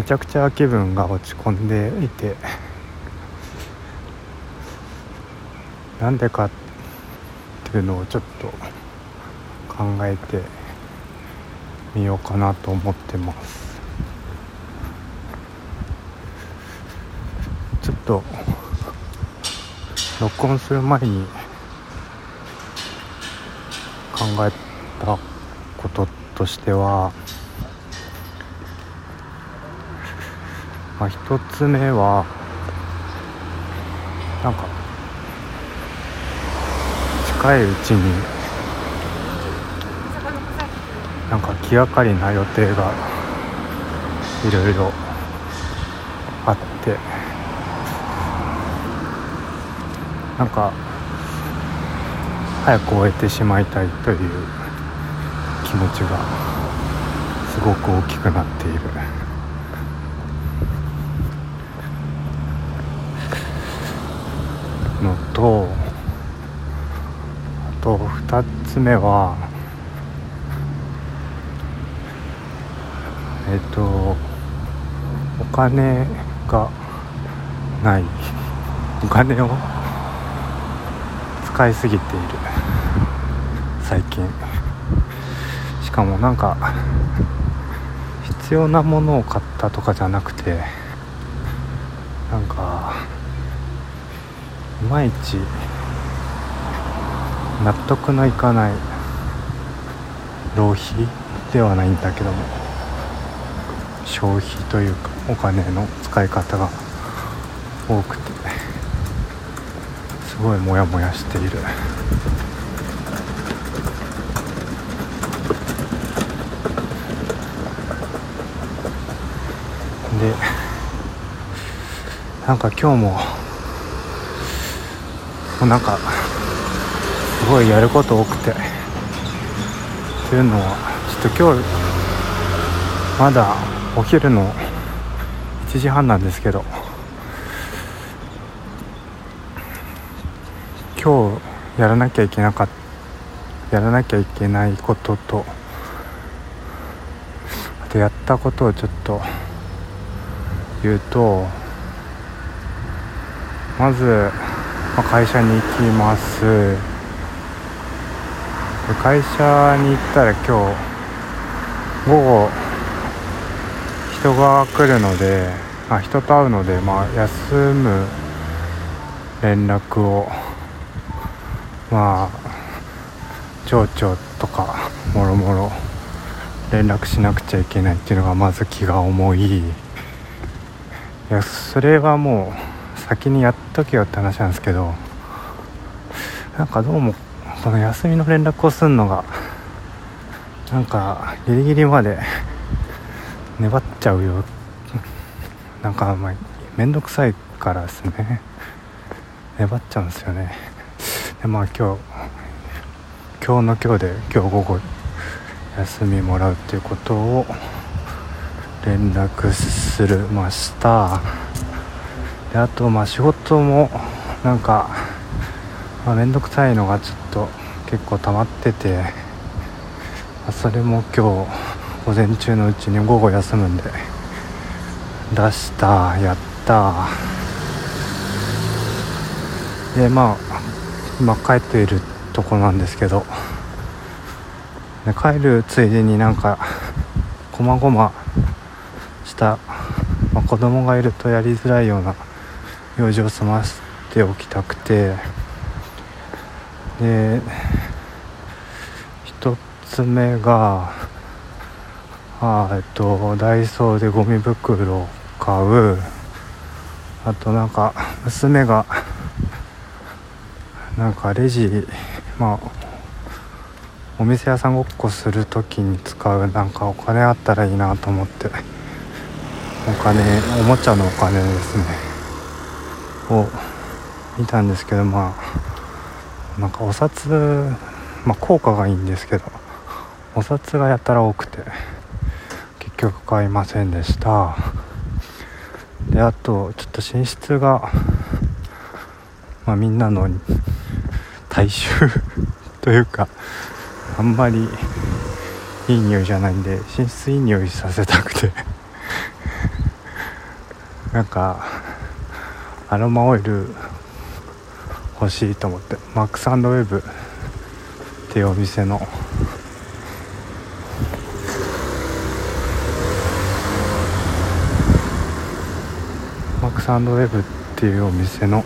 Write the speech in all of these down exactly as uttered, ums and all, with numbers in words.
めちゃくちゃ気分が落ち込んでいて、なんでかっていうのをちょっと考えてみようかなと思ってます。ちょっと録音する前に考えたこととしては、まあ、一つ目はなんか近いうちになんか気がかりな予定がいろいろあって、なんか早く終えてしまいたいという気持ちがすごく大きくなっているのと、あと二つ目はえっとお金がない、お金を使いすぎている最近。しかもなんか必要なものを買ったとかじゃなくて、なんかいまいち納得のいかない浪費ではないんだけども、消費というかお金の使い方が多くてすごいモヤモヤしている。で、なんか今日ももうなんかすごいやること多くて、というのはちょっと今日まだお昼のいちじはんなんですけど、今日やらなきゃいけなかったやらなきゃいけないことと、あとやったことをちょっと言うと、まず、まあ、会社に行きます。で会社に行ったら今日午後人が来るので、あ人と会うので、まあ、休む連絡をまあ町長とかもろもろ連絡しなくちゃいけないっていうのがまず気が重い。いやそれはもう先にやっとけよって話なんですけど、なんかどうもこの休みの連絡をするのがなんかギリギリまで粘っちゃうよ。なんかまあめんどくさいからですね、粘っちゃうんですよね。でまあ今日今日の今日で今日午後休みもらうっていうことを連絡するました。であとまあ仕事もなんか、まあ、めんどくさいのがちょっと結構溜まってて、まあ、それも今日午前中のうちに午後休むんで出した。やったでまあ今帰っているとこなんですけど、で帰るついでになんかこまごました、まあ、子供がいるとやりづらいような用事を済ませておきたくて、で一つ目があえっとダイソーでゴミ袋を買う。あとなんか娘がなんかレジ、まあお店屋さんごっこするときに使うなんかお金あったらいいなと思って、お金おもちゃのお金ですねを見たんですけど、まあなんかお札、まあ効果がいいんですけどお札がやたら多くて結局買いませんでした。であとちょっと寝室が、まあ、みんなの大衆というかあんまりいい匂いじゃないんで寝室いい匂いさせたくてなんかアロマオイル欲しいと思って、マックス&ウェブっていうお店のマックス&ウェブっていうお店の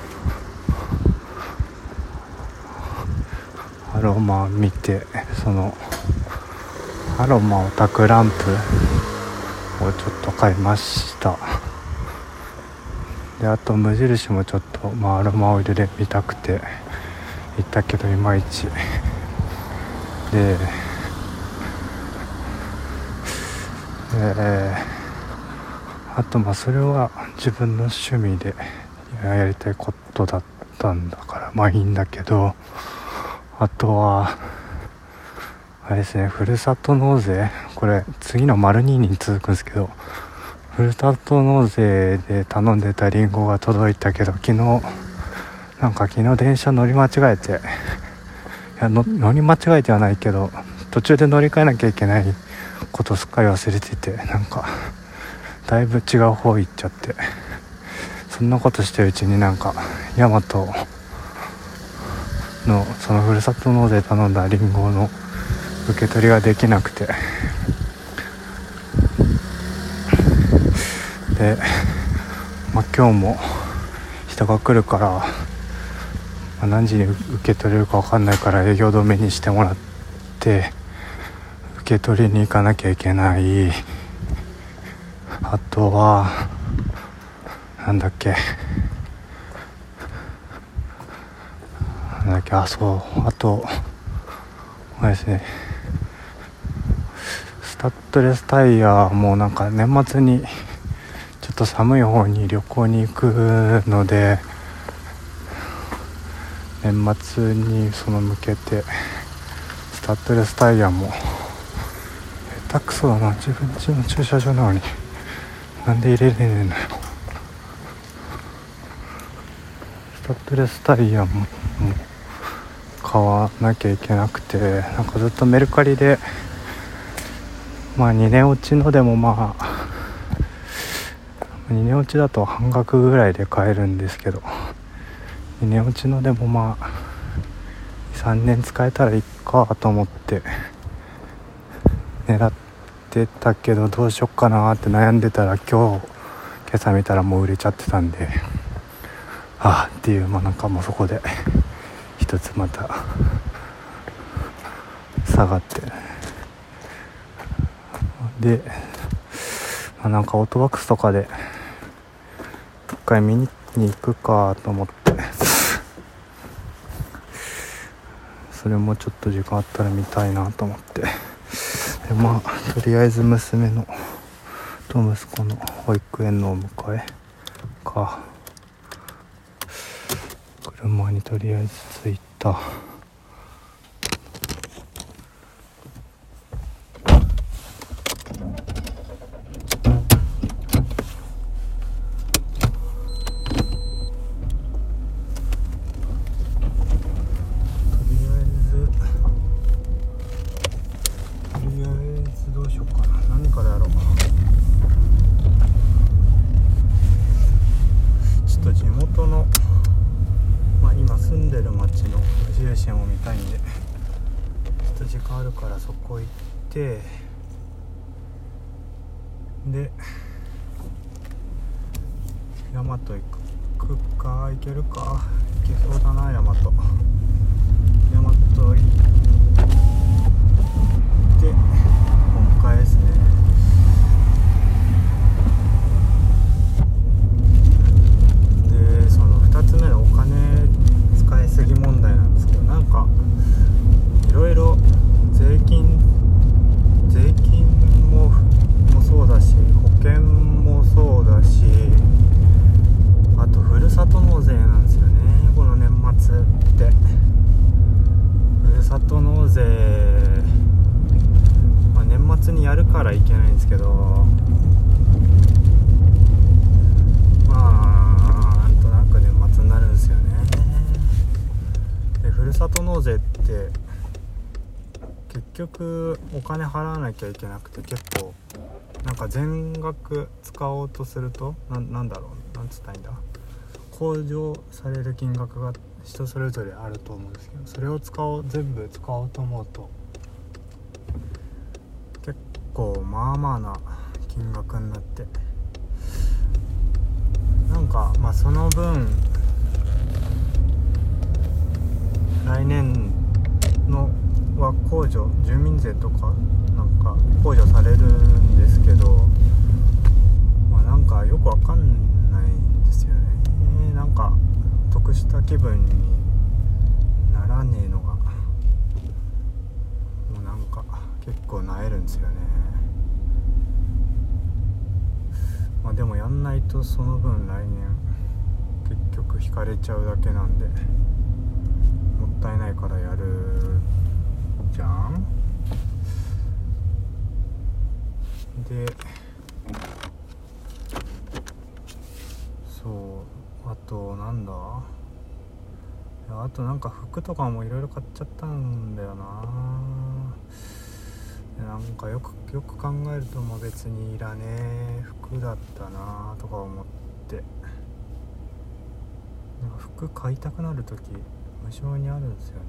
アロマ見て、そのアロマを焚くランプをちょっと買いました。であと無印もちょっと、まあ、アロマオイルで見たくて行ったけどいまいちで、えー、あとまあそれは自分の趣味でやりたいことだったんだからまあいいんだけど、あとはあれですね、ふるさと納税、これ次の丸にに続くんですけど、ふるさと納税で頼んでたリンゴが届いたけど、昨日なんか昨日電車乗り間違えて、いやの乗り間違えてはないけど途中で乗り換えなきゃいけないことすっかり忘れてて、なんかだいぶ違う方行っちゃって、そんなことしてるうちになんかヤマトのそのふるさと納税頼んだリンゴの受け取りができなくて、で、まあ、今日も人が来るから、まあ、何時に受け取れるか分かんないから営業止めにしてもらって受け取りに行かなきゃいけない。あとはなんだっけなんだっけあそうあとあれですね、スタッドレスタイヤもなんか年末にちょっと寒い方に旅行に行くので、年末にその向けてスタッドレスタイヤも下手くそだな、自分家の駐車場なのになんで入れれねえんだよ。スタッドレスタイヤも買わなきゃいけなくて、なんかずっとメルカリでまあにねん落ちのでもまあにねん落ちだと半額ぐらいで買えるんですけど、にねん落ちのでもまあさんねん使えたらいいかと思って狙ってたけど、どうしよっかなって悩んでたら今日今朝見たらもう売れちゃってたんで、ああっていう、まあなんかもうそこで一つまた下がって、で、まあ、なんかオートバックスとかで一回見に行くかと思って、それもちょっと時間あったら見たいなと思って、でまあとりあえず娘のと息子の保育園のお迎えか、車にとりあえず着いた。を見たいんでちょっと時間あるからそこ行って、でヤマト行くか、行けるか、行けそうだな。ヤマトヤマト行ってお迎えですね。でそのふたつめのお金使いすぎ問題なんですけど、なんかいろいろ税金税金ももそうだし、保険もそうだし、あとふるさと納税なんですよね、この年末って。ふるさと納税、まあ、年末にやるからいけないんですけど、まあなんとなく年末になるんですよね。でふるさと納税って結局お金払わなきゃいけなくて、結構なんか全額使おうとすると な, なんだろうなんつったらいいんだ控除される金額が人それぞれあると思うんですけど、それを使おう全部使おうと思うと結構まあまあな金額になって、なんかまあその分来年のは控除住民税とかなんか控除されるんですけど、まあなんかよくわかんないんですよね。なんか得した気分にならねえのがもうなんか結構なえるんですよね。まあでもやんないとその分来年結局引かれちゃうだけなんでもったいないからやるじゃん。でそうあとなんだあとなんか服とかもいろいろ買っちゃったんだよな。なんかよくよく考えるともう別にいらねえ服だったなとか思って、なんか服買いたくなる時無性にあるんですよね。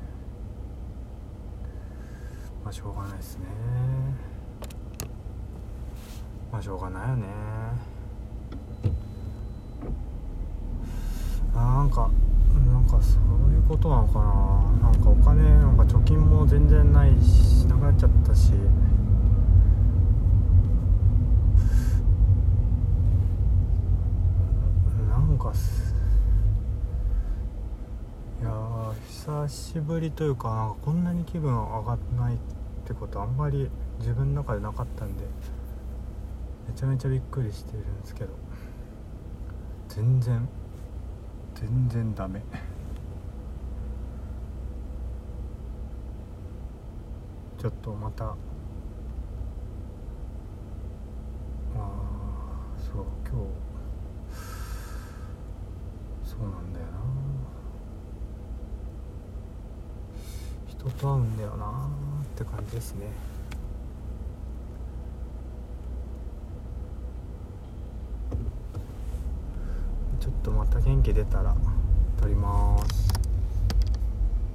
まあしょうがないですね。まあしょうがないよね。なんかなんかそういうことなのかな。なんかお金なんか貯金も全然ないしなくなっちゃったし、なんかいやー久しぶりというか、なんかこんなに気分上がらないってことあんまり自分の中でなかったんでめちゃめちゃびっくりしてるんですけど、全然全然ダメ。ちょっとまたあそう今日そうなんだよな、人と会うんだよなって感じですね。ちょっとまた元気出たら撮ります。